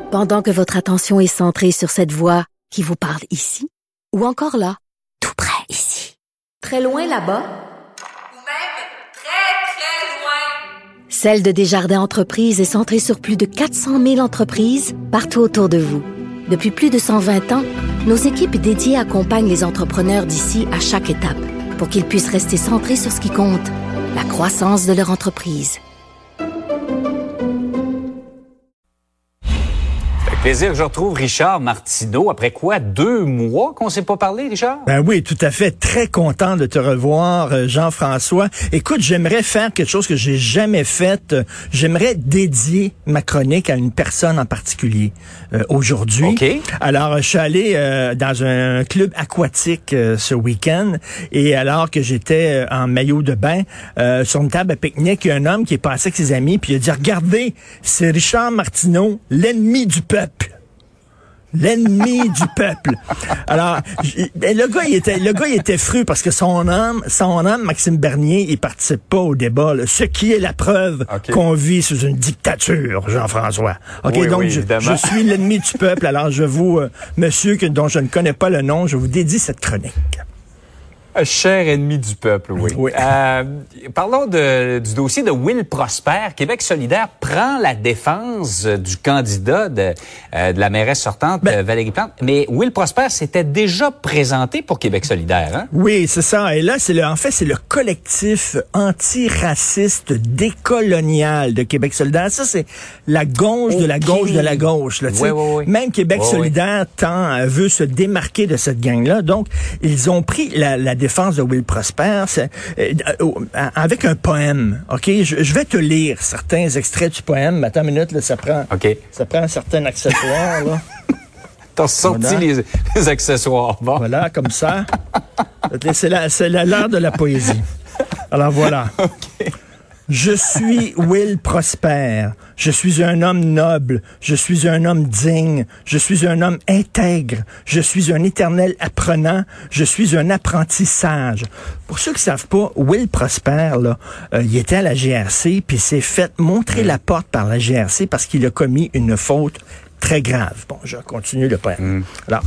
Pendant que votre attention est centrée sur cette voix qui vous parle ici, ou encore là, tout près ici, très loin là-bas, ou même très, très loin. Celle de Desjardins Entreprises est centrée sur plus de 400 000 entreprises partout autour de vous. Depuis plus de 120 ans, nos équipes dédiées accompagnent les entrepreneurs d'ici à chaque étape pour qu'ils puissent rester centrés sur ce qui compte, la croissance de leur entreprise. Plaisir que je retrouve Richard Martineau. Après quoi, 2 mois qu'on ne s'est pas parlé, Richard? Ben oui, tout à fait. Très content de te revoir, Jean-François. Écoute, j'aimerais faire quelque chose que j'ai jamais fait. J'aimerais dédier ma chronique à une personne en particulier aujourd'hui. OK. Alors, je suis allé dans un club aquatique ce week-end et alors que j'étais en maillot de bain sur une table à pique-nique, il y a un homme qui est passé avec ses amis puis il a dit « Regardez, c'est Richard Martineau, l'ennemi du peuple. » L'ennemi du peuple. Alors, le gars, il était fru parce que son homme, Maxime Bernier, il participe pas au débat, là, ce qui est la preuve qu'on vit sous une dictature, Jean-François. OK, oui, donc, oui, je suis l'ennemi du peuple. Alors, je vous, monsieur dont je ne connais pas le nom, je vous dédie cette chronique. Cher ennemi du peuple, oui. Oui. Parlons du dossier de Will Prosper. Québec solidaire prend la défense du candidat de la mairesse sortante, Valérie Plante. Mais Will Prosper s'était déjà présenté pour Québec solidaire, hein? Oui, c'est ça. Et là, c'est le collectif antiraciste décolonial de Québec solidaire. Ça, c'est la gauche de la gauche de la gauche. Là, oui. Même Québec solidaire veut se démarquer de cette gang-là. Donc, ils ont pris la défense de Will Prosper avec un poème. OK? Je vais te lire certains extraits du poème. Attends une minute, là, ça prend un certain accessoire, là. T'as sorti les accessoires. Bon. Voilà, comme ça. C'est l'heure de la poésie. Alors voilà. OK. Je suis Will Prosper. Je suis un homme noble. Je suis un homme digne. Je suis un homme intègre. Je suis un éternel apprenant. Je suis un apprenti sage. Pour ceux qui savent pas, Will Prosper, là, il était à la GRC, puis s'est fait montrer la porte par la GRC parce qu'il a commis une faute très grave. Bon, je continue le poème. Alors,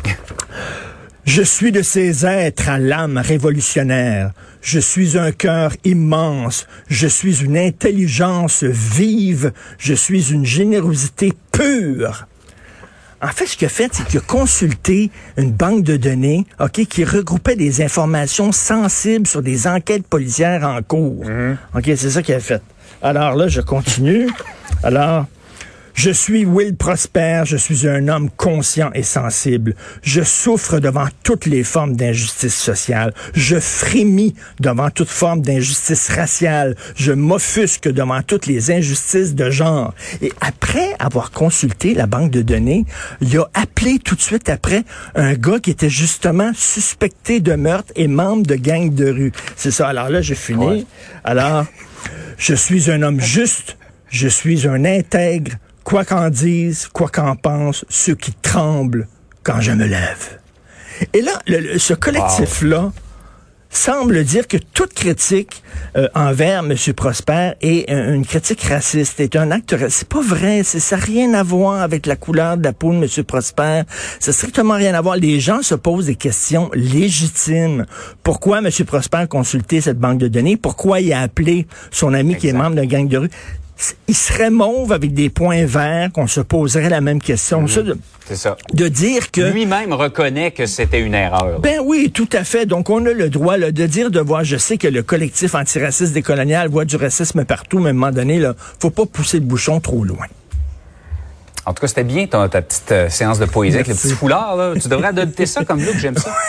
je suis de ces êtres à l'âme révolutionnaire. Je suis un cœur immense. Je suis une intelligence vive. Je suis une générosité pure. En fait, ce qu'il a fait, c'est qu'il a consulté une banque de données, qui regroupait des informations sensibles sur des enquêtes policières en cours. OK, c'est ça qu'il a fait. Alors là, je continue. Alors, je suis Will Prosper, je suis un homme conscient et sensible. Je souffre devant toutes les formes d'injustice sociale. Je frémis devant toute forme d'injustice raciale. Je m'offusque devant toutes les injustices de genre. Et après avoir consulté la banque de données, il a appelé tout de suite après un gars qui était justement suspecté de meurtre et membre de gang de rue. C'est ça. Alors là, j'ai fini. Ouais. Alors, je suis un homme juste. Je suis un intègre. Quoi qu'en disent, quoi qu'en pensent, ceux qui tremblent quand je me lève. Et là, ce collectif-là semble dire que toute critique envers M. Prosper est une critique raciste, est un acte raciste. C'est pas vrai, ça n'a rien à voir avec la couleur de la peau de M. Prosper. Ça n'a strictement rien à voir. Les gens se posent des questions légitimes. Pourquoi M. Prosper a consulté cette banque de données? Pourquoi il a appelé son ami qui est membre d'un gang de rue? Il serait mauve avec des points verts qu'on se poserait la même question. C'est ça. De dire que... Lui-même reconnaît que c'était une erreur. Ben oui, tout à fait. Donc, on a le droit de dire, de voir. Je sais que le collectif antiraciste décolonial voit du racisme partout, mais à un moment donné, là, faut pas pousser le bouchon trop loin. En tout cas, c'était bien ta petite séance de poésie avec le petit foulard. Là. Tu devrais adopter ça comme look, j'aime ça.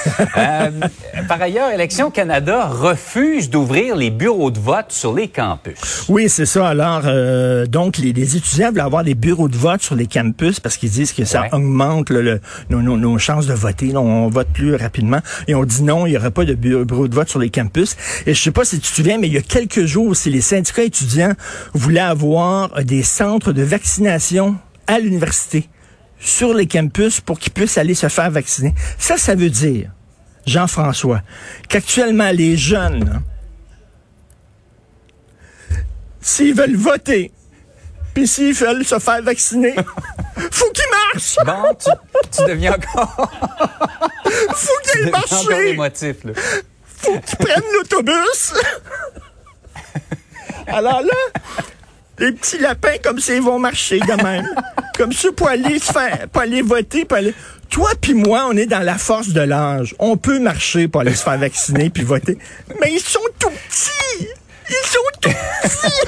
Par ailleurs, Élections Canada refuse d'ouvrir les bureaux de vote sur les campus. Oui, c'est ça. Alors, donc, les étudiants veulent avoir des bureaux de vote sur les campus parce qu'ils disent que ça augmente nos chances de voter. Là, on vote plus rapidement. Et on dit non, il n'y aura pas de bureau de vote sur les campus. Et je sais pas si tu te souviens, mais il y a quelques jours aussi, les syndicats étudiants voulaient avoir des centres de vaccination à l'université, sur les campus, pour qu'ils puissent aller se faire vacciner. Ça veut dire, Jean-François, qu'actuellement, les jeunes, s'ils veulent voter, puis s'ils veulent se faire vacciner, Faut qu'il marche! Bon, tu deviens encore... Faut qu'il marche! encore émotif, là. Faut qu'ils prennent l'autobus! Alors là, les petits lapins, comme ça, ils vont marcher de même. Comme ça, pour aller se faire, pour aller voter, pour aller... Toi puis moi, on est dans la force de l'âge. On peut marcher pour aller se faire vacciner puis voter. Mais ils sont tout petits! Ils sont tout petits!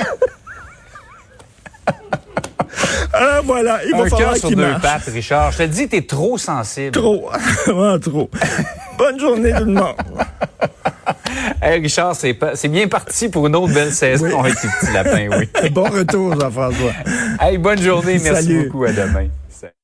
Ah, voilà, il va un falloir cœur sur qu'il deux marche. pattes, Richard. Je te dis, t'es trop sensible. Trop. Vraiment trop. Bonne journée tout le monde. Hey, Richard, c'est bien parti pour une autre belle saison avec tes petits lapins, oui. Bon retour, Jean-François. Hey, bonne journée. Merci Salut. beaucoup. À demain.